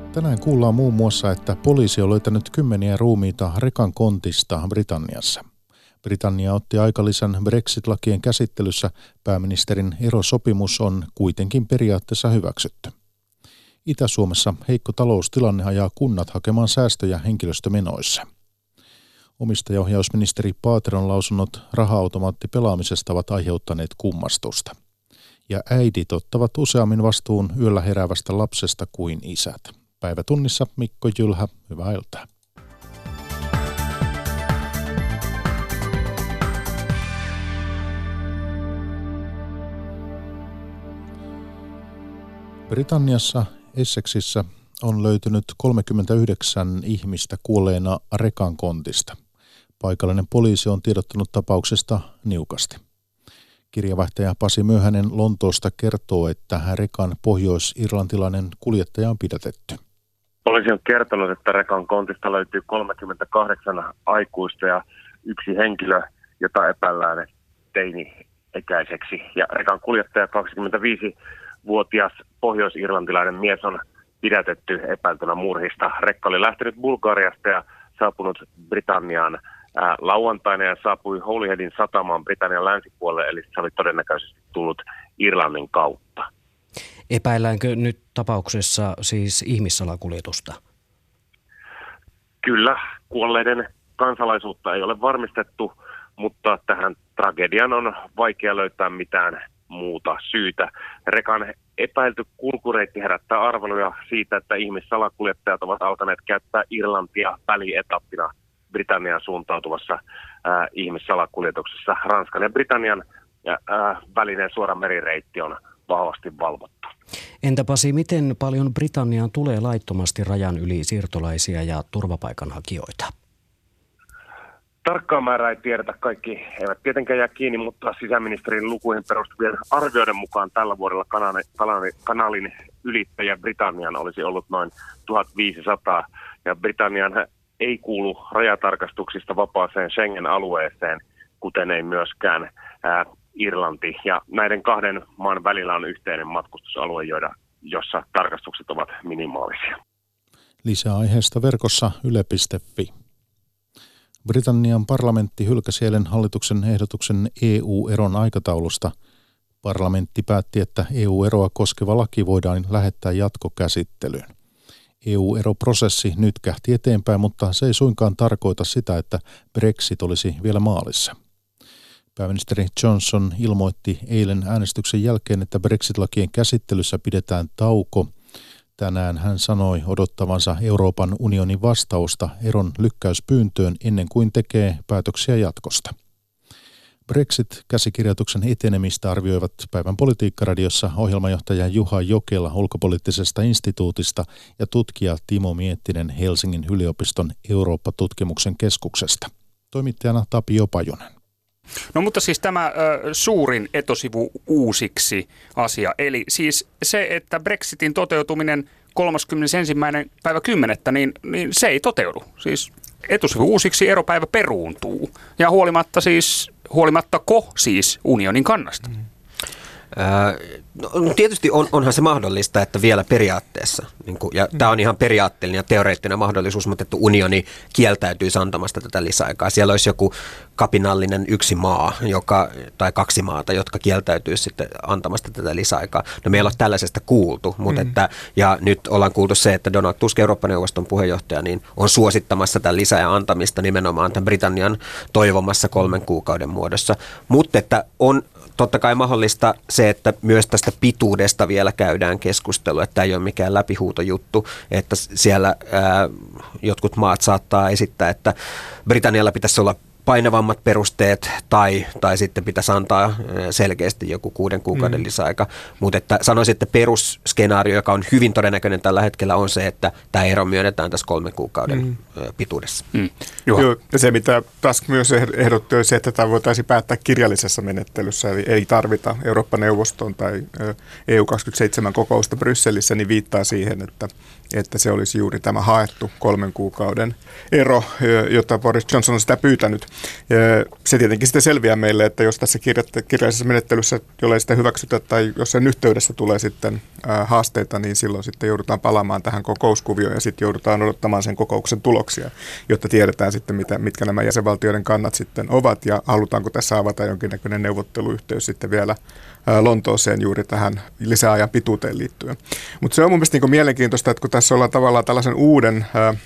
Tänään kuullaan muun muassa, että poliisi on löytänyt kymmeniä ruumiita rekan kontista Britanniassa. Britannia otti aikalisän Brexit-lakien käsittelyssä. Pääministerin erosopimus on kuitenkin periaatteessa hyväksytty. Itä-Suomessa heikko taloustilanne ajaa kunnat hakemaan säästöjä henkilöstömenoissa. Omistajaohjausministeri Paateron lausunnot raha-automaattipelaamisesta ovat aiheuttaneet kummastusta. Ja äidit ottavat useammin vastuun yöllä heräävästä lapsesta kuin isät. Päivätunnissa Mikko Jylhä, hyvää iltaa. Britanniassa Essexissa on löytynyt 39 ihmistä kuolleena rekan kontista. Paikallinen poliisi on tiedottanut tapauksesta niukasti. Kirjavaihtaja Pasi Myöhänen Lontoosta kertoo, että rekan pohjois-irlantilainen kuljettaja on pidätetty. Poliisi on kertonut, että rekan kontista löytyy 38 aikuista ja yksi henkilö, jota epäillään teini-ikäiseksi. Ja rekan kuljettaja 25-vuotias pohjois-irlantilainen mies on pidätetty epäiltynä murhista. Rekka oli lähtenyt Bulgariasta ja saapunut Britanniaan lauantaina ja saapui Holyheadin satamaan Britannian länsipuolelle, eli se oli todennäköisesti tullut Irlannin kautta. Epäilläänkö nyt tapauksessa siis ihmissalakuljetusta? Kyllä, kuolleiden kansalaisuutta ei ole varmistettu, mutta tähän tragediaan on vaikea löytää mitään muuta syytä. Rekan epäilty kulkureitti herättää arveluja siitä, että ihmissalakuljettajat ovat alkaneet käyttää Irlantia välietappina Britanniaan suuntautuvassa ihmissalakuljetuksessa. Ranskan ja Britannian välinen suora merireitti on vahvasti valvottu. Entä Pasi, miten paljon Britanniaan tulee laittomasti rajan yli siirtolaisia ja turvapaikanhakijoita? Tarkkaa määrää ei tiedetä, kaikki eivät tietenkään jää kiinni, mutta sisäministerin lukuihin perustuvien arvioiden mukaan tällä vuodella kanaalin ylittäjä Britanniaan olisi ollut noin 1500 ja Britannian ei kuulu rajatarkastuksista vapaaseen Schengen-alueeseen, kuten ei myöskään Irlanti. Ja näiden kahden maan välillä on yhteinen matkustusalue, jossa tarkastukset ovat minimaalisia. Lisää aiheesta verkossa yle.fi. Britannian parlamentti hylkäsi eilen hallituksen ehdotuksen EU-eron aikataulusta. Parlamentti päätti, että EU-eroa koskeva laki voidaan lähettää jatkokäsittelyyn. EU-eroprosessi nyt kähti eteenpäin, mutta se ei suinkaan tarkoita sitä, että Brexit olisi vielä maalissa. Pääministeri Johnson ilmoitti eilen äänestyksen jälkeen, että Brexit-lakien käsittelyssä pidetään tauko. Tänään hän sanoi odottavansa Euroopan unionin vastausta eron lykkäyspyyntöön ennen kuin tekee päätöksiä jatkosta. Brexit-käsikirjoituksen etenemistä arvioivat päivän Politiikka-radiossa ohjelmajohtaja Juha Jokela ulkopoliittisesta instituutista ja tutkija Timo Miettinen Helsingin yliopiston Eurooppa-tutkimuksen keskuksesta. Toimittajana Tapio Pajunen. No mutta siis tämä suurin etosivu uusiksi asia, eli siis se, että Brexitin toteutuminen 31.10. niin se ei toteudu. Siis etosivu uusiksi eropäivä peruuntuu ja huolimattako unionin kannasta? No tietysti onhan se mahdollista, että vielä periaatteessa, ja tämä on ihan periaatteellinen ja teoreettinen mahdollisuus, mutta että unioni kieltäytyisi antamasta tätä lisäaikaa. Siellä olisi joku kapinallinen yksi maa tai kaksi maata, jotka kieltäytyisi sitten antamasta tätä lisäaikaa. No meillä on tällaisesta kuultu, mutta ja nyt ollaan kuultu se, että Donald Tusk, Eurooppa-neuvoston puheenjohtaja, niin on suosittamassa tämän lisäajan antamista nimenomaan tämän Britannian toivomassa 3 kuukauden muodossa, mutta että on totta kai mahdollista se, että myös tästä pituudesta vielä käydään keskustelua, että tämä ei ole mikään läpihuutojuttu, että siellä jotkut maat saattaa esittää, että Britannialla pitäisi olla painavammat perusteet tai sitten pitäisi antaa selkeästi joku 6 kuukauden lisäaika. Mutta että sanoisin, että perusskenaario, joka on hyvin todennäköinen tällä hetkellä, on se, että tämä ero myönnetään tässä 3 kuukauden pituudessa. Joo, ja se mitä Tusk myös ehdotti on se, että tämä voitaisiin päättää kirjallisessa menettelyssä, eli ei tarvita Eurooppa-neuvoston tai EU27 kokousta Brysselissä, niin viittaa siihen, että se olisi juuri tämä haettu 3 kuukauden ero, jota Boris Johnson on sitä pyytänyt. Se tietenkin sitten selviää meille, että jos tässä kirjallisessa menettelyssä, jollei sitä hyväksytä tai jos sen yhteydessä tulee sitten haasteita, niin silloin sitten joudutaan palaamaan tähän kokouskuvioon ja sitten joudutaan odottamaan sen kokouksen tuloksia, jotta tiedetään sitten, mitkä nämä jäsenvaltioiden kannat sitten ovat ja halutaanko tässä avata jonkinnäköinen neuvotteluyhteys sitten vielä Lontooseen juuri tähän lisäajan pituuteen liittyen. Mutta se on mun mielestä niin mielenkiintoista, että kun tässä ollaan tavallaan tällaisen uuden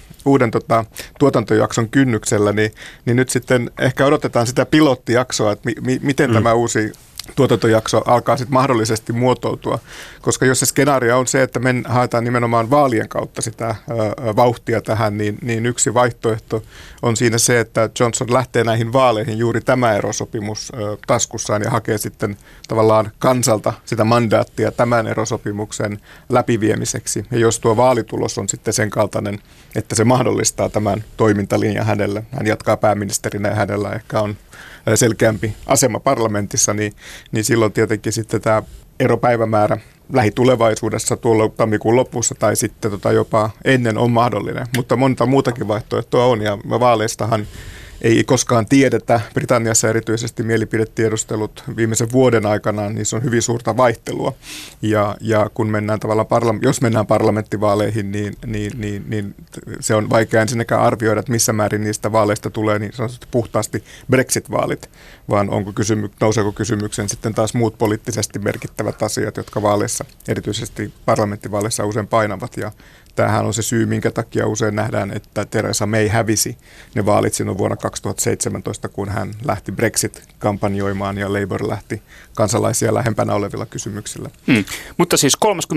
tuotantojakson kynnyksellä, niin nyt sitten ehkä odotetaan sitä pilottijaksoa, että miten tämä uusi tuotantojakso alkaa sitten mahdollisesti muotoutua, koska jos se skenaario on se, että me haetaan nimenomaan vaalien kautta sitä vauhtia tähän, niin yksi vaihtoehto on siinä se, että Johnson lähtee näihin vaaleihin juuri tämä erosopimus taskussaan ja hakee sitten tavallaan kansalta sitä mandaattia tämän erosopimuksen läpiviemiseksi. Ja jos tuo vaalitulos on sitten sen kaltainen, että se mahdollistaa tämän toimintalinjan hänelle, hän jatkaa pääministerinä ja hänellä ehkä on selkeämpi asema parlamentissa, niin silloin tietenkin sitten tämä eropäivämäärä lähitulevaisuudessa tuolla tammikuun lopussa tai sitten jopa ennen on mahdollinen, mutta monta muutakin vaihtoehtoa on ja vaaleistahan ei koskaan tiedetä. Britanniassa erityisesti mielipidetiedustelut viimeisen vuoden aikana, niin se on hyvin suurta vaihtelua. Ja kun mennään jos mennään parlamenttivaaleihin, niin se on vaikea ensinnäkään arvioida, että missä määrin niistä vaaleista tulee niin sanotusti puhtaasti Brexit-vaalit, vaan nouseeko kysymykseen sitten taas muut poliittisesti merkittävät asiat, jotka vaaleissa, erityisesti parlamenttivaaleissa usein painavat. Ja tämähän on se syy, minkä takia usein nähdään, että Theresa May hävisi ne vaalit silloin vuonna 2017, kun hän lähti Brexit-kampanjoimaan ja Labour lähti kansalaisia lähempänä olevilla kysymyksillä. Mutta siis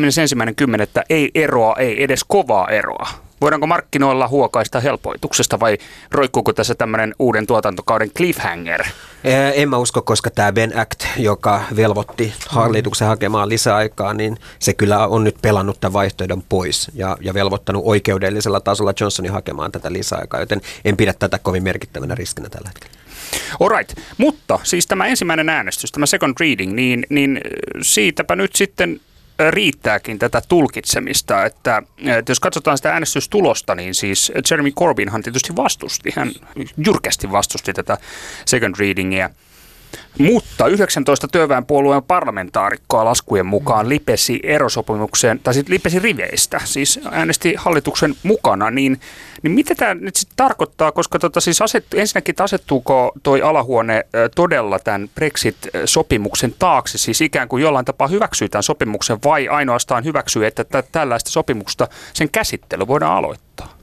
31.10. ei eroa, ei edes kovaa eroa. Voidaanko markkinoilla huokaista helpoituksesta vai roikkuuko tässä tämmöinen uuden tuotantokauden cliffhanger? En mä usko, koska tämä Ben Act, joka velvoitti hallituksen hakemaan lisäaikaa, niin se kyllä on nyt pelannut tämän vaihtoehdon pois ja velvoittanut oikeudellisella tasolla Johnsonin hakemaan tätä lisäaikaa, joten en pidä tätä kovin merkittävänä riskinä tällä hetkellä. Alright, mutta siis tämä ensimmäinen äänestys, tämä second reading, niin siitäpä nyt sitten riittääkin tätä tulkitsemista, että jos katsotaan sitä äänestystulosta, niin siis Jeremy Corbynhan tietysti hän jyrkästi vastusti tätä second readingia, mutta 19 työväenpuolueen parlamentaarikkoa laskujen mukaan lipesi erosopimukseen, tai sitten lipesi riveistä, siis äänesti hallituksen mukana, niin mitä tämä nyt sitten tarkoittaa, koska siis ensinnäkin asettuuko toi alahuone todella tämän Brexit-sopimuksen taakse, siis ikään kuin jollain tapaa hyväksyy tämän sopimuksen vai ainoastaan hyväksyy, että tällaista sopimusta sen käsittely voidaan aloittaa?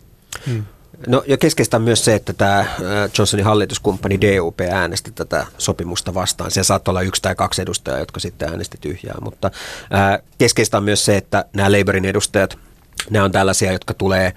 No ja keskeistä on myös se, että tämä Johnsonin hallituskumppani DUP äänesti tätä sopimusta vastaan. Se saattaa olla 1 tai 2 edustajaa, jotka sitten äänesti tyhjää, mutta keskeistä on myös se, että nämä Labourin edustajat, nämä on tällaisia, jotka tulee,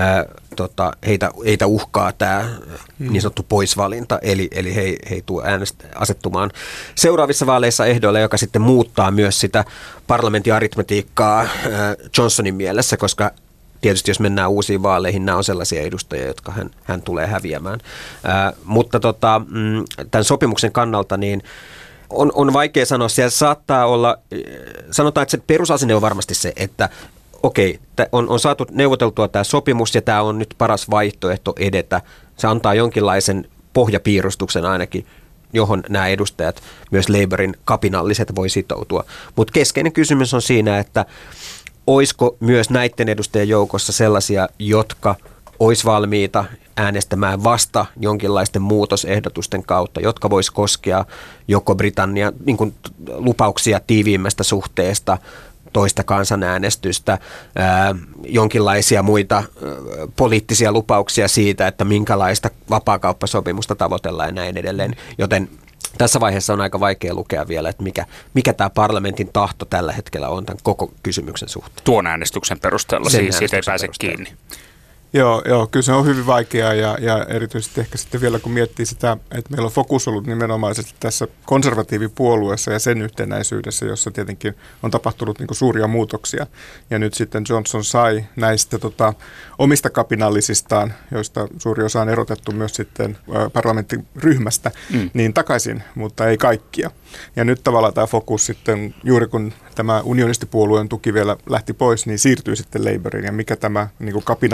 heitä uhkaa tämä niin sanottu poisvalinta, eli he ei tule asettumaan seuraavissa vaaleissa ehdoille, joka sitten muuttaa myös sitä parlamentin aritmetiikkaa Johnsonin mielessä, koska tietysti jos mennään uusiin vaaleihin, nämä on sellaisia edustajia, jotka hän tulee häviämään. Mutta tämän sopimuksen kannalta niin on vaikea sanoa. Siellä saattaa olla, sanotaan, että se perusasenne on varmasti se, että okei, on saatu neuvoteltua tämä sopimus ja tämä on nyt paras vaihtoehto edetä. Se antaa jonkinlaisen pohjapiirustuksen ainakin, johon nämä edustajat, myös Labourin kapinalliset, voi sitoutua. Mutta keskeinen kysymys on siinä, että olisiko myös näiden edustajien joukossa sellaisia, jotka olisi valmiita äänestämään vasta jonkinlaisten muutosehdotusten kautta, jotka vois koskea joko Britannian niin kuin lupauksia tiiviimmästä suhteesta, toista kansanäänestystä, jonkinlaisia muita poliittisia lupauksia siitä, että minkälaista vapaakauppasopimusta tavoitellaan ja näin edelleen, joten tässä vaiheessa on aika vaikea lukea vielä, että mikä tämä parlamentin tahto tällä hetkellä on tämän koko kysymyksen suhteen. Tuon äänestyksen perusteella, siitä ei pääse kiinni. Joo, kyllä se on hyvin vaikeaa ja erityisesti ehkä sitten vielä kun miettii sitä, että meillä on fokus ollut nimenomaisesti tässä konservatiivipuolueessa ja sen yhtenäisyydessä, jossa tietenkin on tapahtunut niin kuin suuria muutoksia. Ja nyt sitten Johnson sai näistä omista kapinallisistaan, joista suuri osa on erotettu myös sitten parlamenttiryhmästä, niin takaisin, mutta ei kaikkia. Ja nyt tavallaan tämä fokus sitten, juuri kun tämä unionistipuolueen tuki vielä lähti pois, niin siirtyy sitten Labourin ja mikä tämä niin kuin kapinallisliike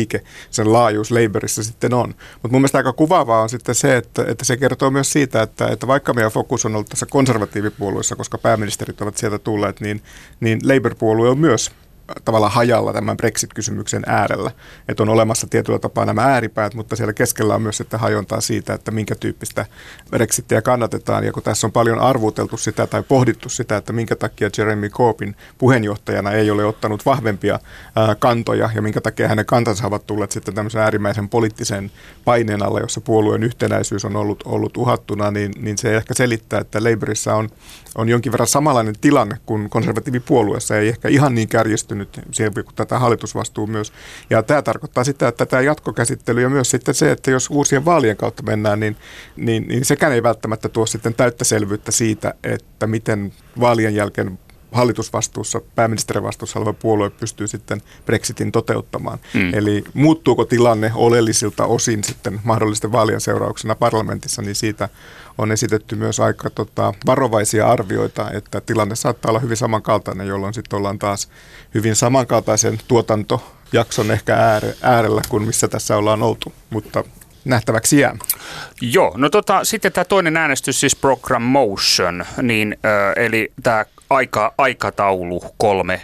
liike, sen laajuus Labourissa sitten on. Mutta mun mielestä aika kuvaavaa on sitten se, että se kertoo myös siitä, että vaikka meidän fokus on ollut tässä konservatiivipuolueessa, koska pääministerit ovat sieltä tulleet, niin Labour-puolue on myös tavallaan hajalla tämän Brexit-kysymyksen äärellä. Että on olemassa tietyllä tapaa nämä ääripäät, mutta siellä keskellä on myös sitten hajontaa siitä, että minkä tyyppistä Brexitia kannatetaan. Ja kun tässä on paljon arvuteltu sitä tai pohdittu sitä, että minkä takia Jeremy Corbyn puheenjohtajana ei ole ottanut vahvempia kantoja ja minkä takia hänen kantansa ovat tulleet sitten tämmöisen äärimmäisen poliittisen paineen alla, jossa puolueen yhtenäisyys on ollut uhattuna, niin se ehkä selittää, että Labourissa on jonkin verran samanlainen tilanne kuin konservatiivipuolueessa, ei ehkä ihan niin kärjistynyt siihen, kun tätä hallitusvastuu myös. Ja tämä tarkoittaa sitä, että tämä jatkokäsittely ja myös sitten se, että jos uusien vaalien kautta mennään, niin sekään ei välttämättä tuo sitten täyttä selvyyttä siitä, että miten vaalien jälkeen hallitusvastuussa, pääministerin vastuussa oleva puolue pystyy sitten Brexitin toteuttamaan. Eli muuttuuko tilanne oleellisilta osin sitten mahdollisten vaalien seurauksena parlamentissa, niin siitä on esitetty myös aika varovaisia arvioita, että tilanne saattaa olla hyvin samankaltainen, jolloin sitten ollaan taas hyvin samankaltaisen tuotantojakson ehkä äärellä kuin missä tässä ollaan oltu, mutta nähtäväksi jää. Joo, no sitten tämä toinen äänestys, siis Program Motion, niin, eli tämä aikataulu 3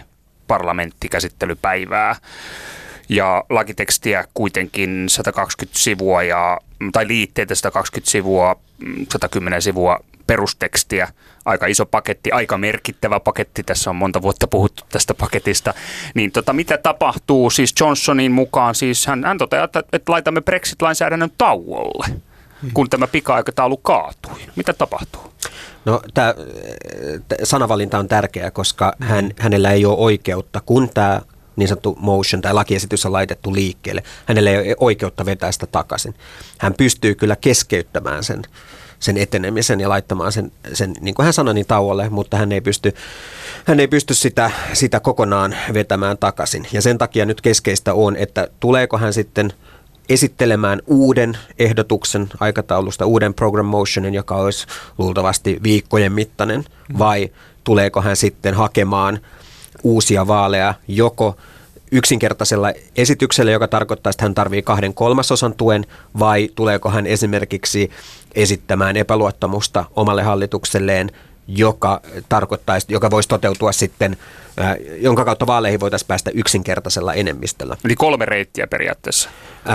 parlamenttikäsittelypäivää ja lakitekstiä kuitenkin 120 sivua tai liitteitä 120 sivua, 110 sivua perustekstiä, aika iso paketti, aika merkittävä paketti, tässä on monta vuotta puhuttu tästä paketista, niin mitä tapahtuu siis Johnsonin mukaan, siis hän toteaa, että laitamme Brexit-lainsäädännön tauolle, kun tämä pika-aikataulu kaatui. Mitä tapahtuu? No tämä sanavalinta on tärkeä, koska hänellä ei ole oikeutta, kun tämä niin sanottu motion tai lakiesitys on laitettu liikkeelle, hänellä ei ole oikeutta vetää sitä takaisin. Hän pystyy kyllä keskeyttämään sen etenemisen ja laittamaan sen niin kuin hän sanoi, niin tauolle, mutta hän ei pysty sitä kokonaan vetämään takaisin. Ja sen takia nyt keskeistä on, että tuleeko hän sitten esittelemään uuden ehdotuksen aikataulusta, uuden program motionin, joka olisi luultavasti viikkojen mittainen, vai tuleeko hän sitten hakemaan uusia vaaleja joko yksinkertaisella esityksellä, joka tarkoittaa, että hän tarvitsee 2/3 tuen, vai tuleeko hän esimerkiksi esittämään epäluottamusta omalle hallitukselleen, joka voisi toteutua sitten, jonka kautta vaaleihin voitaisiin päästä yksinkertaisella enemmistöllä. Eli 3 reittiä periaatteessa.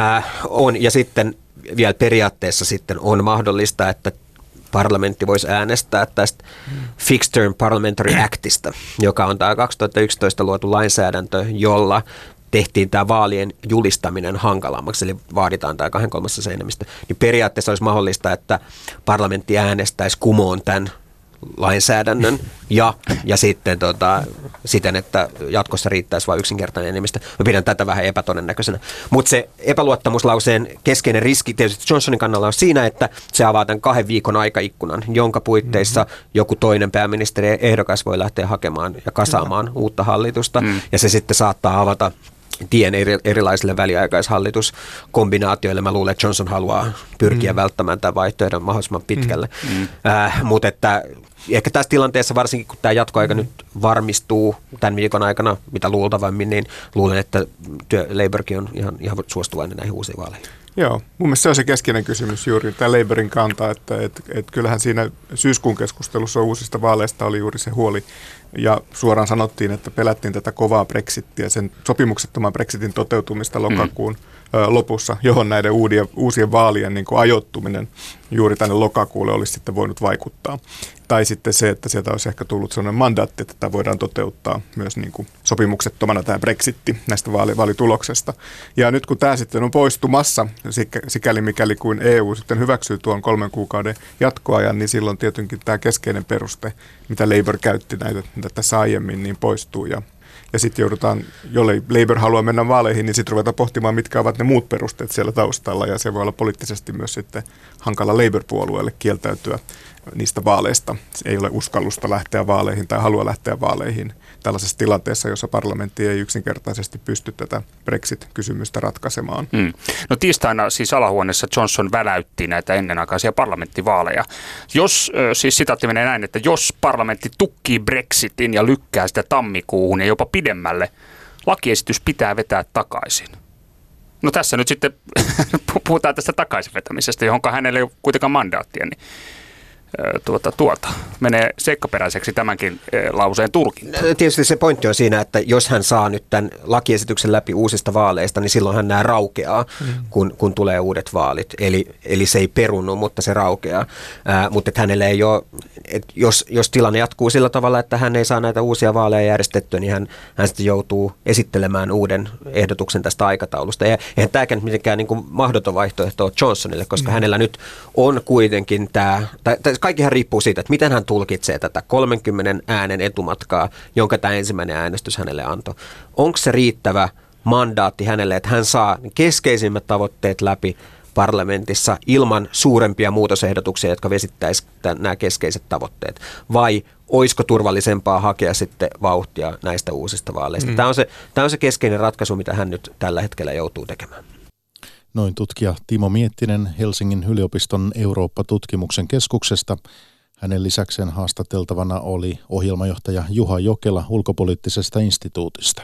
On, ja sitten vielä periaatteessa sitten on mahdollista, että parlamentti voisi äänestää tästä Fixed Term Parliamentary Actista, joka on tämä 2011 luotu lainsäädäntö, jolla tehtiin tämä vaalien julistaminen hankalammaksi, eli vaaditaan tämä 2/3 enemmistö. Niin periaatteessa olisi mahdollista, että parlamentti äänestäisi kumoon tämän lainsäädännön ja sitten siten, että jatkossa riittäisi vain yksinkertainen enemmistö. Mä pidän tätä vähän epätodennäköisenä. Mutta se epäluottamuslauseen keskeinen riski tietysti Johnsonin kannalla on siinä, että se avaa tämän 2 viikon aikaikkunan, jonka puitteissa joku toinen pääministeri ehdokas voi lähteä hakemaan ja kasaamaan uutta hallitusta. Ja se sitten saattaa avata tien erilaisille väliaikaishallituskombinaatioille. Mä luulen, että Johnson haluaa pyrkiä välttämään tämän vaihtoehdon mahdollisimman pitkälle. Mutta että ehkä tässä tilanteessa, varsinkin kun tämä jatkoaika nyt varmistuu tämän viikon aikana, mitä luultavammin, niin luulen, että Labourkin on ihan suostuvainen näihin uusiin vaaleihin. Joo, mun mielestä se on se keskeinen kysymys juuri, tämä Labourin kanta, että kyllähän siinä syyskuun keskustelussa uusista vaaleista oli juuri se huoli, ja suoraan sanottiin, että pelättiin tätä kovaa Brexittiä, sen sopimuksettoman Brexitin toteutumista lokakuun lopussa, johon näiden uusien vaalien niin kuin ajoittuminen juuri tänne lokakuulle olisi sitten voinut vaikuttaa. Tai sitten se, että sieltä olisi ehkä tullut sellainen mandaatti, että tämä voidaan toteuttaa myös niin kuin sopimuksettomana tämä Brexitti näistä vaalituloksesta. Ja nyt kun tämä sitten on poistumassa, sikäli mikäli kuin EU sitten hyväksyy tuon 3 kuukauden jatkoajan, niin silloin tietenkin tämä keskeinen peruste, mitä Labour käytti näitä tässä aiemmin, niin poistuu. Ja sitten joudutaan, jollei Labour halua mennä vaaleihin, niin sitten ruvetaan pohtimaan, mitkä ovat ne muut perusteet siellä taustalla. Ja se voi olla poliittisesti myös sitten hankala Labour-puolueelle kieltäytyä niistä vaaleista. Ei ole uskallusta lähteä vaaleihin tai halua lähteä vaaleihin tällaisessa tilanteessa, jossa parlamentti ei yksinkertaisesti pysty tätä Brexit-kysymystä ratkaisemaan. No tiistaina siis alahuoneessa Johnson väläytti näitä ennenaikaisia parlamenttivaaleja. Siis sitaatti menee näin, että jos parlamentti tukkii Brexitin ja lykkää sitä tammikuuhun ja jopa pidemmälle, lakiesitys pitää vetää takaisin. No tässä nyt sitten puhutaan tästä takaisinvetämisestä, johon hänellä ei ole kuitenkaan mandaattia, niin menee seikkaperäiseksi tämänkin lauseen tulkinta. Tietysti se pointti on siinä, että jos hän saa nyt tämän lakiesityksen läpi uusista vaaleista, niin silloin hän nämä raukeaa, kun tulee uudet vaalit. Eli se ei perunnu, mutta se raukeaa. Mutta hänelle ei ole, jos tilanne jatkuu sillä tavalla, että hän ei saa näitä uusia vaaleja järjestettyä, niin hän sitten joutuu esittelemään uuden ehdotuksen tästä aikataulusta. Ja eihän tämäkään nyt mitenkään niin kuin mahdoton vaihtoehto Johnsonille, koska hänellä nyt on kuitenkin kaikkihan riippuu siitä, että miten hän tulkitsee tätä 30 äänen etumatkaa, jonka tämä ensimmäinen äänestys hänelle antoi. Onko se riittävä mandaatti hänelle, että hän saa keskeisimmät tavoitteet läpi parlamentissa ilman suurempia muutosehdotuksia, jotka vesittäisivät nämä keskeiset tavoitteet? Vai olisiko turvallisempaa hakea sitten vauhtia näistä uusista vaaleista? Tämä on se keskeinen ratkaisu, mitä hän nyt tällä hetkellä joutuu tekemään. Noin tutkija Timo Miettinen Helsingin yliopiston Eurooppa-tutkimuksen keskuksesta. Hänen lisäkseen haastateltavana oli ohjelmajohtaja Juha Jokela ulkopoliittisesta instituutista.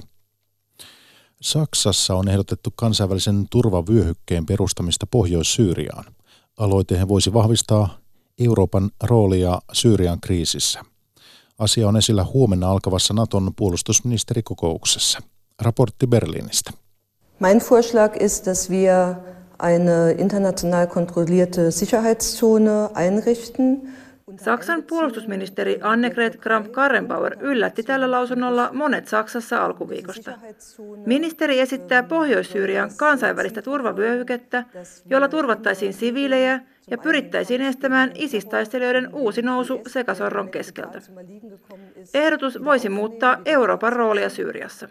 Saksassa on ehdotettu kansainvälisen turvavyöhykkeen perustamista Pohjois-Syyriaan. Aloite voisi vahvistaa Euroopan roolia Syyrian kriisissä. Asia on esillä huomenna alkavassa Naton puolustusministerikokouksessa. Raportti Berliinistä. Mein Vorschlag ist, dass wir eine international kontrollierte Sicherheitszone einrichten. Saksan puolustusministeri Annegret Kramp-Karrenbauer yllätti tällä lausunnolla monet Saksassa alkuviikosta. Ministeri esittää Pohjois-Syyrian kansainvälistä turvavyöhykettä, jolla turvattaisiin siviilejä ja pyrittäisiin estämään ISIS-taistelijoiden uusi nousu sekasorron keskeltä. Ehdotus voisi muuttaa Euroopan roolia Syyriassa.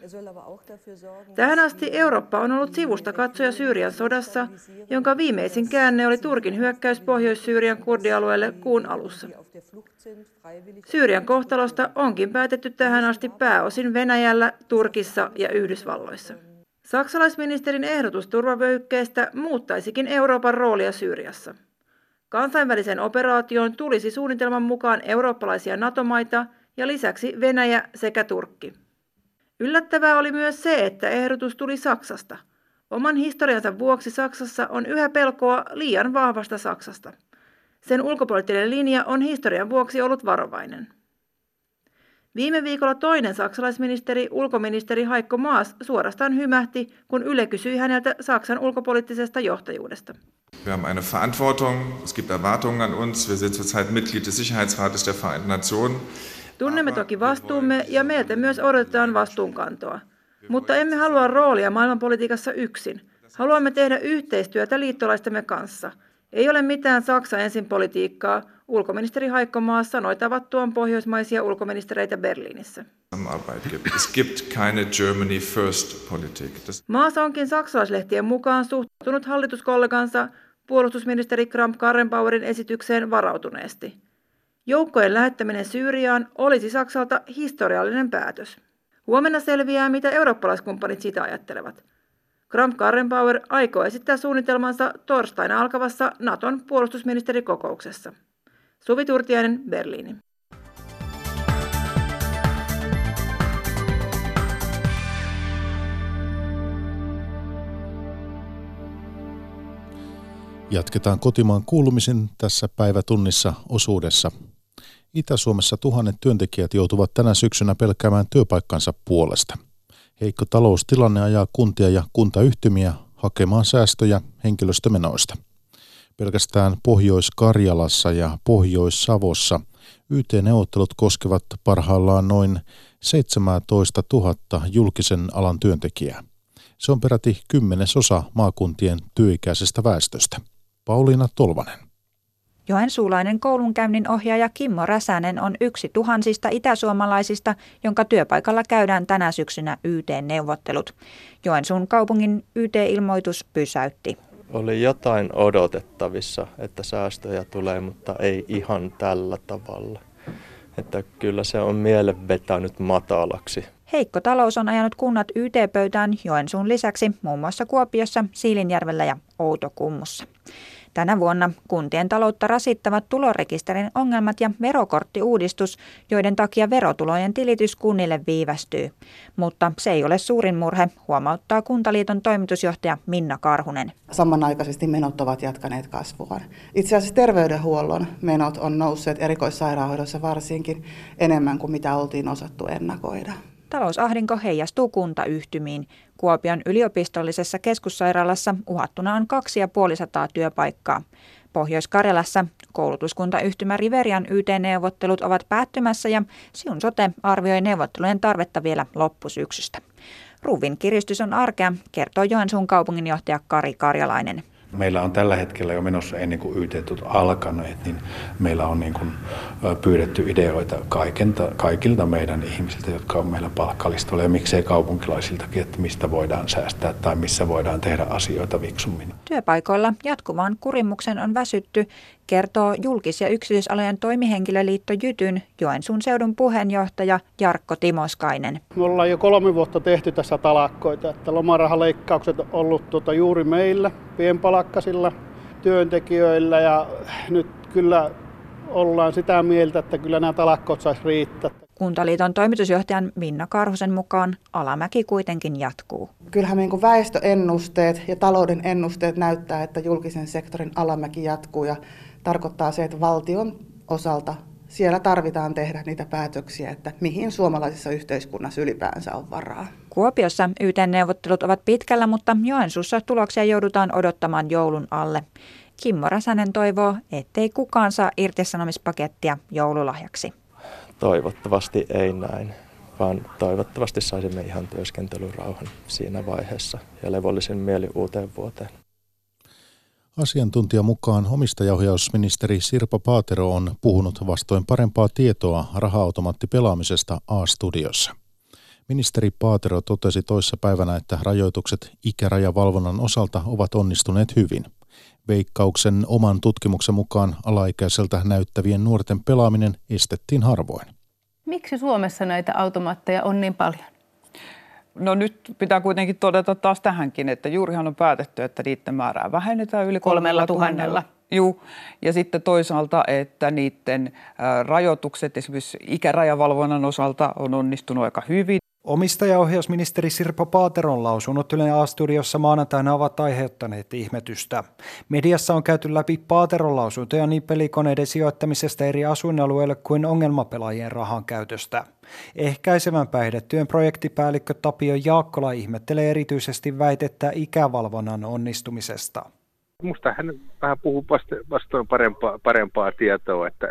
Tähän asti Eurooppa on ollut sivusta katsoja Syyrian sodassa, jonka viimeisin käänne oli Turkin hyökkäys Pohjois-Syyrian kurdialueelle kuun alussa. Syyrian kohtalosta onkin päätetty tähän asti pääosin Venäjällä, Turkissa ja Yhdysvalloissa. Saksalaisministerin ehdotus turvavyöhykkeestä muuttaisikin Euroopan roolia Syyriassa. Kansainväliseen operaatioon tulisi suunnitelman mukaan eurooppalaisia NATO-maita ja lisäksi Venäjä sekä Turkki. Yllättävää oli myös se, että ehdotus tuli Saksasta. Oman historiansa vuoksi Saksassa on yhä pelkoa liian vahvasta Saksasta. Sen ulkopoliittinen linja on historian vuoksi ollut varovainen. Viime viikolla toinen saksalaisministeri, ulkoministeri Heiko Maas, suorastaan hymähti, kun Yle kysyi häneltä Saksan ulkopoliittisesta johtajuudesta. Wir haben eine Verantwortung, es gibt Erwartungen an uns, wir sind zurzeit Mitglied des Sicherheitsrates der Vereinten Nationen. Tunnemme toki vastuumme ja meiltä myös odotetaan vastuunkantoa, mutta emme halua roolia maailmanpolitiikassa yksin. Haluamme tehdä yhteistyötä liittolaistemme kanssa. Ei ole mitään Saksa ensin politiikkaa, ulkoministeri Heiko Maas sanoi tavattuaan pohjoismaisia ulkoministereitä Berliinissä. Es gibt keine Germany first Politik. Maas onkin saksalaislehtien mukaan suhtautunut hallituskollegansa puolustusministeri Kramp-Karrenbauerin esitykseen varautuneesti. Joukkojen lähettäminen Syyriaan olisi Saksalta historiallinen päätös. Huomenna selviää, mitä eurooppalaiskumppanit siitä ajattelevat. Kramp-Karrenbauer aikoo esittää suunnitelmansa torstaina alkavassa Naton puolustusministerikokouksessa. Suvi Turtiainen, Berliini. Jatketaan kotimaan kuulumisen tässä päivätunnissa osuudessa. Itä-Suomessa tuhannet työntekijät joutuvat tänä syksynä pelkäämään työpaikkansa puolesta. Heikko taloustilanne ajaa kuntia ja kuntayhtymiä hakemaan säästöjä henkilöstömenoista. Pelkästään Pohjois-Karjalassa ja Pohjois-Savossa YT-neuvottelut koskevat parhaillaan noin 17 000 julkisen alan työntekijää. Se on peräti 10% maakuntien työikäisestä väestöstä. Pauliina Tolvanen. Joensuulainen koulunkäynnin ohjaaja Kimmo Räsänen on yksi tuhansista itäsuomalaisista, jonka työpaikalla käydään tänä syksynä YT-neuvottelut. Joensuun kaupungin YT-ilmoitus pysäytti. Oli jotain odotettavissa, että säästöjä tulee, mutta ei ihan tällä tavalla. Että kyllä se on mielen vetänyt matalaksi. Heikko talous on ajanut kunnat YT-pöytään Joensuun lisäksi muun muassa Kuopiossa, Siilinjärvellä ja Outokummussa. Tänä vuonna kuntien taloutta rasittavat tulorekisterin ongelmat ja verokorttiuudistus, joiden takia verotulojen tilitys kunnille viivästyy. Mutta se ei ole suurin murhe, huomauttaa Kuntaliiton toimitusjohtaja Minna Karhunen. Samanaikaisesti menot ovat jatkaneet kasvuaan. Itse asiassa terveydenhuollon menot on nousseet erikoissairaanhoidossa varsinkin enemmän kuin mitä oltiin osattu ennakoida. Talousahdinko heijastuu kuntayhtymiin. Kuopion yliopistollisessa keskussairaalassa uhattuna on 250 työpaikkaa. Pohjois-Karjalassa koulutuskuntayhtymä Riverian YT-neuvottelut ovat päättymässä ja Siun Sote arvioi neuvottelujen tarvetta vielä loppusyksystä. Ruuvin kiristys on arkea, kertoo Joensuun kaupunginjohtaja Kari Karjalainen. Meillä on tällä hetkellä jo menossa ennen kuin YT alkaneet, niin meillä on niin kuin pyydetty ideoita kaikilta meidän ihmisiltä, jotka on meillä palkkalistoilla ja miksei kaupunkilaisiltakin, että mistä voidaan säästää tai missä voidaan tehdä asioita fiksummin. Työpaikoilla jatkuvaan kurimuksen on väsytty, kertoo julkis- ja yksityisalojen toimihenkilöliitto Jytyn Joensuun seudun puheenjohtaja Jarkko Timoskainen. Me ollaan jo 3 vuotta tehty tässä talakkoita, että lomarahaleikkaukset on ollut juuri meillä, pienpalkkaisilla työntekijöillä ja nyt kyllä ollaan sitä mieltä, että kyllä nämä talakkoot saisi riittää. Kuntaliiton toimitusjohtajan Minna Karhusen mukaan alamäki kuitenkin jatkuu. Kyllähän niin väestöennusteet ja talouden ennusteet näyttää, että julkisen sektorin alamäki jatkuu ja tarkoittaa se, että valtion osalta siellä tarvitaan tehdä niitä päätöksiä, että mihin suomalaisessa yhteiskunnassa ylipäänsä on varaa. Kuopiossa YT-neuvottelut ovat pitkällä, mutta Joensuussa tuloksia joudutaan odottamaan joulun alle. Kimmo Räsänen toivoo, ettei kukaan saa irtisanomispakettia joululahjaksi. Toivottavasti ei näin, vaan toivottavasti saisimme ihan työskentelyrauhan siinä vaiheessa ja levollisen mieli uuteen vuoteen. Asiantuntijan mukaan omistajaohjausministeri Sirpa Paatero on puhunut vastoin parempaa tietoa raha-automaattipelaamisesta A-studiossa. Ministeri Paatero totesi toissapäivänä, että rajoitukset ikärajavalvonnan osalta ovat onnistuneet hyvin. Veikkauksen oman tutkimuksen mukaan alaikäiseltä näyttävien nuorten pelaaminen estettiin harvoin. Miksi Suomessa näitä automaatteja on niin paljon? No nyt pitää kuitenkin todeta taas tähänkin, että juurihan on päätetty, että niiden määrää vähennetään yli 3 000. Juu. Ja sitten toisaalta, että niiden rajoitukset esimerkiksi ikärajavalvonnan osalta on onnistunut aika hyvin. Omistajaohjausministeri Sirpa Paatero on lausunut Ylen A-studiossa maanantaina ovat aiheuttaneet ihmetystä. Mediassa on käyty läpi Paateron lausuntoja niin pelikoneiden sijoittamisesta eri asuinalueille kuin ongelmapelaajien rahan käytöstä. Ehkäisevän päihdetyön projektipäällikkö Tapio Jaakkola ihmettelee erityisesti väitettä ikävalvonnan onnistumisesta. Musta hän vähän puhuu vastoin parempaa tietoa, että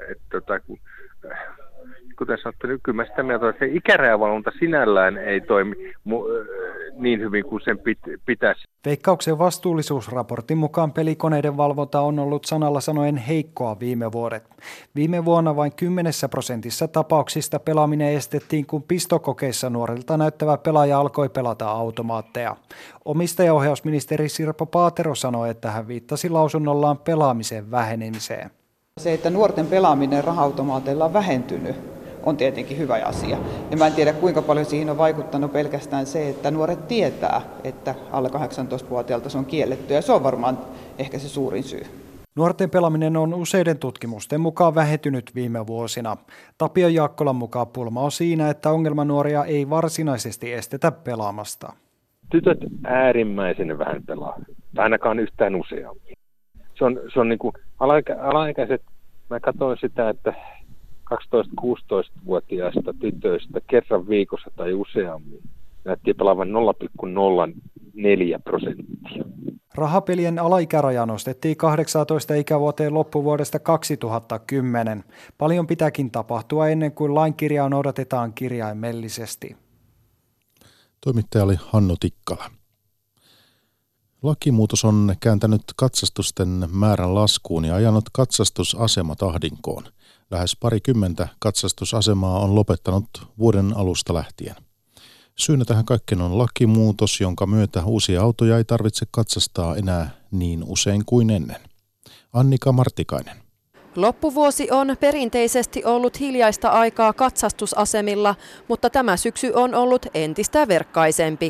kuten sanottu, kyllä sitä mieltä, että se ikärajavalvonta sinällään ei toimi niin hyvin kuin sen pitäisi. Veikkauksen vastuullisuusraportin mukaan pelikoneiden valvonta on ollut sanalla sanoen heikkoa viime vuodet. Viime vuonna vain 10% tapauksista pelaaminen estettiin, kun pistokokeissa nuorilta näyttävä pelaaja alkoi pelata automaatteja. Omistajaohjausministeri Sirpa Paatero sanoi, että hän viittasi lausunnollaan pelaamisen vähenemiseen. Se, että nuorten pelaaminen raha-automaateilla on vähentynyt, on tietenkin hyvä asia. Ja mä en tiedä, kuinka paljon siihen on vaikuttanut pelkästään se, että nuoret tietää, että alle 18-vuotiaalta se on kielletty, ja se on varmaan ehkä se suurin syy. Nuorten pelaaminen on useiden tutkimusten mukaan vähentynyt viime vuosina. Tapio Jaakkolan mukaan pulma on siinä, että ongelmanuoria ei varsinaisesti estetä pelaamasta. Tytöt äärimmäisen vähän pelaa, ainakaan yhtään useammin. Se on niin kuin alaikäiset, mä katsoin sitä, että 12-16-vuotiaista tytöistä kerran viikossa tai useammin näytti pelaavan 0,04%. Rahapelien alaikäraja nostettiin 18 ikävuoteen loppuvuodesta 2010. Paljon pitääkin tapahtua ennen kuin lainkirjaa noudatetaan kirjaimellisesti. Toimittaja oli Hannu Tikkala. Lakimuutos on kääntänyt katsastusten määrän laskuun ja ajanut katsastusasemat ahdinkoon. Lähes 20 katsastusasemaa on lopettanut vuoden alusta lähtien. Syynä tähän kaikkeen on lakimuutos, jonka myötä uusia autoja ei tarvitse katsastaa enää niin usein kuin ennen. Annika Martikainen. Loppuvuosi on perinteisesti ollut hiljaista aikaa katsastusasemilla, mutta tämä syksy on ollut entistä verkkaisempi.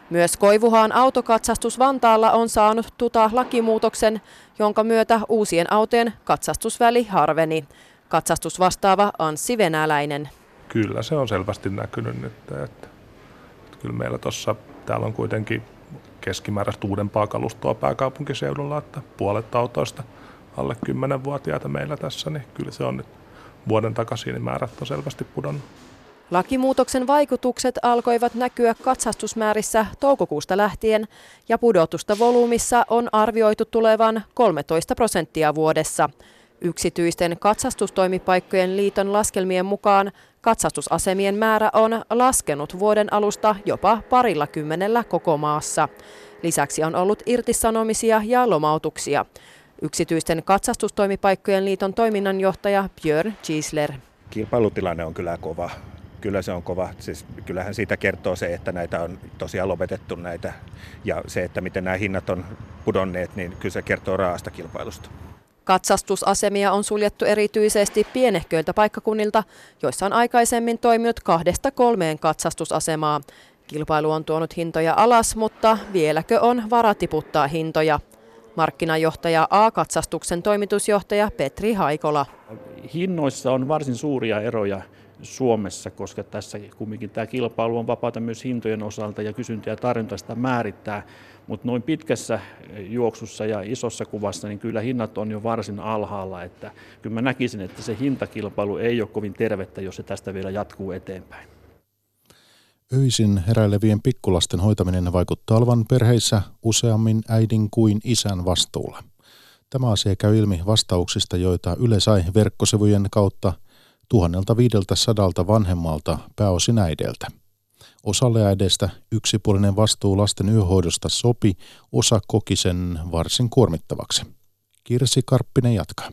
Myös Koivuhaan autokatsastus Vantaalla on saanut lakimuutoksen, jonka myötä uusien autojen katsastusväli harveni. Katsastusvastaava Anssi Venäläinen. Kyllä se on selvästi näkynyt nyt. Että kyllä meillä täällä on kuitenkin keskimääräistä uudempaa kalustoa pääkaupunkiseudulla, että puolet autoista alle 10-vuotiaita meillä tässä, niin kyllä se on nyt vuoden takaisin, niin määrät on selvästi pudonnut. Lakimuutoksen vaikutukset alkoivat näkyä katsastusmäärissä toukokuusta lähtien ja pudotusta volyymissa on arvioitu tulevan 13% vuodessa. Yksityisten katsastustoimipaikkojen liiton laskelmien mukaan katsastusasemien määrä on laskenut vuoden alusta jopa 20 koko maassa. Lisäksi on ollut irtisanomisia ja lomautuksia. Yksityisten katsastustoimipaikkojen liiton toiminnanjohtaja Björn Giesler. Kilpailutilanne on kyllä kova. Kyllä se on kova. Siis kyllähän siitä kertoo se, että näitä on tosiaan lopetettu näitä. Ja se, että miten nämä hinnat on pudonneet, niin kyllä se kertoo raasta kilpailusta. Katsastusasemia on suljettu erityisesti pienehköiltä paikkakunnilta, joissa on aikaisemmin toiminut 2-3 katsastusasemaa. Kilpailu on tuonut hintoja alas, mutta vieläkö on vara tiputtaa hintoja? Markkinajohtaja A-katsastuksen toimitusjohtaja Petri Haikola. Hinnoissa on varsin suuria eroja Suomessa, koska tässä kumminkin tämä kilpailu on vapaata myös hintojen osalta ja kysyntä ja tarjonta sitä määrittää. Mutta noin pitkässä juoksussa ja isossa kuvassa niin kyllä hinnat on jo varsin alhaalla. Että kyllä mä näkisin, että se hintakilpailu ei ole kovin tervettä, jos se tästä vielä jatkuu eteenpäin. Öisin heräilevien pikkulasten hoitaminen vaikuttaa olevan perheissä useammin äidin kuin isän vastuulla. Tämä asia käy ilmi vastauksista, joita Yle sai verkkosivujen kautta 1500 vanhemmalta, pääosin äideiltä. Osalle äideistä yksipuolinen vastuu lasten yöhoidosta sopi, osa koki sen varsin kuormittavaksi. Kirsi Karppinen jatkaa.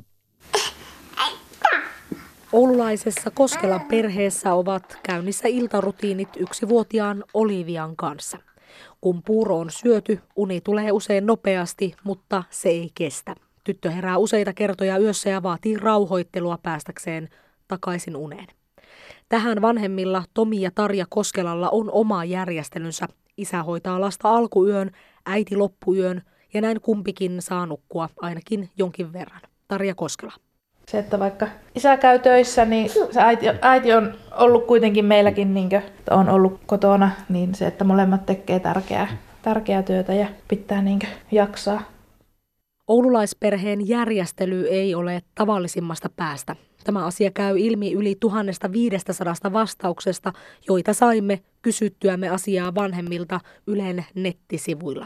Oululaisessa Koskelan perheessä ovat käynnissä iltarutiinit 1-vuotiaan Olivian kanssa. Kun puuro on syöty, uni tulee usein nopeasti, mutta se ei kestä. Tyttö herää useita kertoja yössä ja vaatii rauhoittelua päästäkseen takaisin uneen. Tähän vanhemmilla Tomi ja Tarja Koskelalla on oma järjestelynsä. Isä hoitaa lasta alkuyön, äiti loppuyön ja näin kumpikin saa nukkua ainakin jonkin verran. Tarja Koskela. Se, että vaikka isä käy töissä, niin se äiti on ollut kuitenkin meilläkin, niin on ollut kotona, niin se, että molemmat tekee tärkeää työtä ja pitää niin jaksaa. Oululaisperheen järjestely ei ole tavallisimmasta päästä. Tämä asia käy ilmi yli 1500 vastauksesta, joita saimme kysyttyämme asiaa vanhemmilta Ylen nettisivuilla.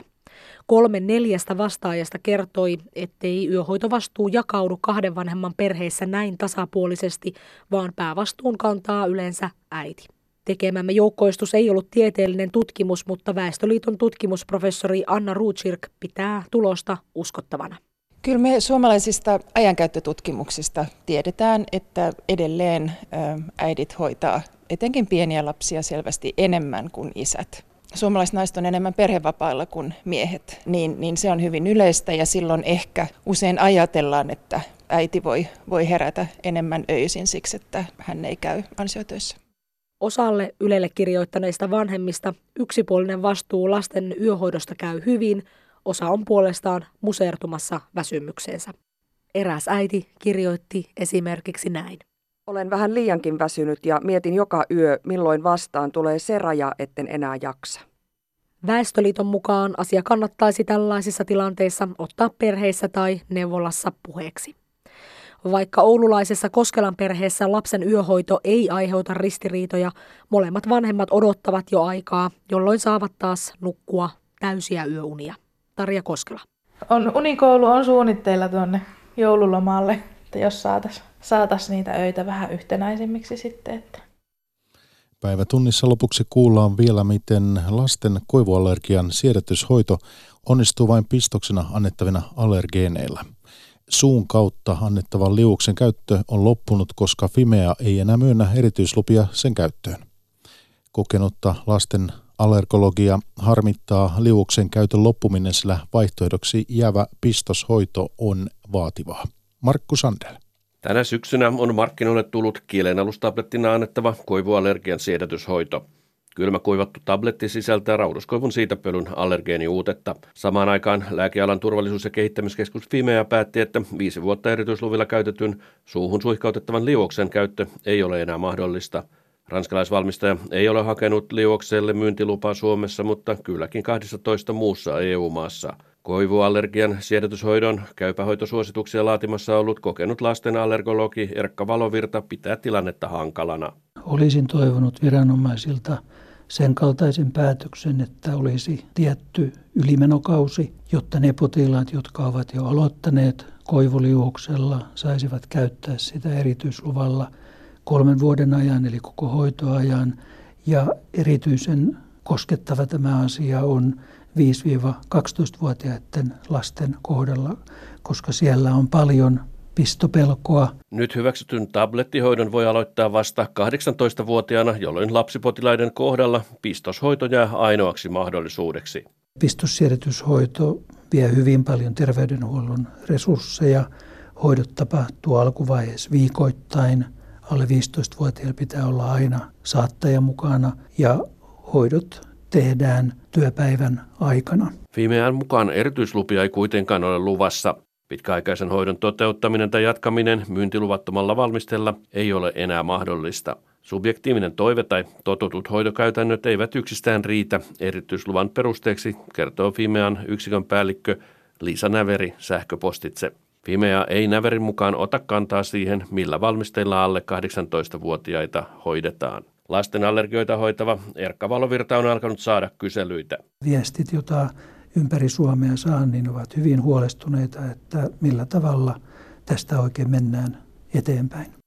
3/4 vastaajasta kertoi, ettei yöhoitovastuu jakaudu 2 vanhemman perheissä näin tasapuolisesti, vaan päävastuun kantaa yleensä äiti. Tekemämme joukkoistus ei ollut tieteellinen tutkimus, mutta Väestöliiton tutkimusprofessori Anna Ruutsirk pitää tulosta uskottavana. Kyllä me suomalaisista ajankäyttötutkimuksista tiedetään, että edelleen äidit hoitaa etenkin pieniä lapsia selvästi enemmän kuin isät. Suomalaisnaiset on enemmän perhevapailla kuin miehet, niin se on hyvin yleistä ja silloin ehkä usein ajatellaan, että äiti voi herätä enemmän öisin siksi, että hän ei käy ansiotöissä. Osalle Ylelle kirjoittaneista vanhemmista yksipuolinen vastuu lasten yöhoidosta käy hyvin, osa on puolestaan musertumassa väsymykseensä. Eräs äiti kirjoitti esimerkiksi näin. Olen vähän liiankin väsynyt ja mietin joka yö, milloin vastaan tulee se raja, etten enää jaksa. Väestöliiton mukaan asia kannattaisi tällaisissa tilanteissa ottaa perheissä tai neuvolassa puheeksi. Vaikka oululaisessa Koskelan perheessä lapsen yöhoito ei aiheuta ristiriitoja, molemmat vanhemmat odottavat jo aikaa, jolloin saavat taas nukkua täysiä yöunia. Tarja Koskela. Unikoulu on suunnitteilla tuonne joululomalle, että jos saataisiin niitä öitä vähän yhtenäisemmiksi sitten. Että. Päivätunnissa lopuksi kuullaan vielä, miten lasten koivuallergian siedätyshoito onnistuu vain pistoksena annettavina allergeeneilla. Suun kautta annettavan liuuksen käyttö on loppunut, koska Fimea ei enää myönnä erityislupia sen käyttöön. Kokenutta lasten allergologia harmittaa liuuksen käytön loppuminen, sillä vaihtoehdoksi jäävä pistoshoito on vaativaa. Markku Sandel. Tänä syksynä on markkinoille tullut kielenalustaplettina annettava koivuallergian siedätyshoito. Kylmäkuivattu tabletti sisältää rauduskoivun siitapölyn allergeeniuutetta. Samaan aikaan lääkealan turvallisuus- ja kehittämiskeskus Fimea päätti, että 5 vuotta erityisluvilla käytetyn suuhun suihkautettavan liuoksen käyttö ei ole enää mahdollista. Ranskalaisvalmistaja ei ole hakenut liuokselle myyntilupaa Suomessa, mutta kylläkin 12 muussa EU-maassa. Koivuallergian siedätyshoidon käypähoitosuosituksia laatimassa ollut kokenut lasten allergologi Erkka Valovirta pitää tilannetta hankalana. Olisin toivonut viranomaisilta sen kaltaisen päätöksen, että olisi tietty ylimenokausi, jotta ne potilaat, jotka ovat jo aloittaneet koivuliuoksella, saisivat käyttää sitä erityisluvalla 3 vuoden ajan, eli koko hoitoajan. Ja erityisen koskettava tämä asia on 5-12-vuotiaiden lasten kohdalla, koska siellä on paljon pistopelkoa. Nyt hyväksytyn tablettihoidon voi aloittaa vasta 18-vuotiaana, jolloin lapsipotilaiden kohdalla pistoshoito jää ainoaksi mahdollisuudeksi. Pistossiedätyshoito vie hyvin paljon terveydenhuollon resursseja. Hoidot tapahtuu alkuvaiheessa viikoittain. Alle 15-vuotiailla pitää olla aina saattaja mukana ja hoidot tehdään työpäivän aikana. Fimean mukaan erityislupia ei kuitenkaan ole luvassa. Pitkäaikaisen hoidon toteuttaminen tai jatkaminen myyntiluvattomalla valmistella ei ole enää mahdollista. Subjektiivinen toive tai totutut hoitokäytännöt eivät yksistään riitä erityisluvan perusteeksi, kertoo Fimean yksikön päällikkö Liisa Näveri sähköpostitse. Fimea ei Näverin mukaan ota kantaa siihen, millä valmisteilla alle 18-vuotiaita hoidetaan. Lasten allergioita hoitava Erkka Valovirta on alkanut saada kyselyitä. Viestit, joita ympäri Suomea saan, niin ovat hyvin huolestuneita, että millä tavalla tästä oikein mennään eteenpäin.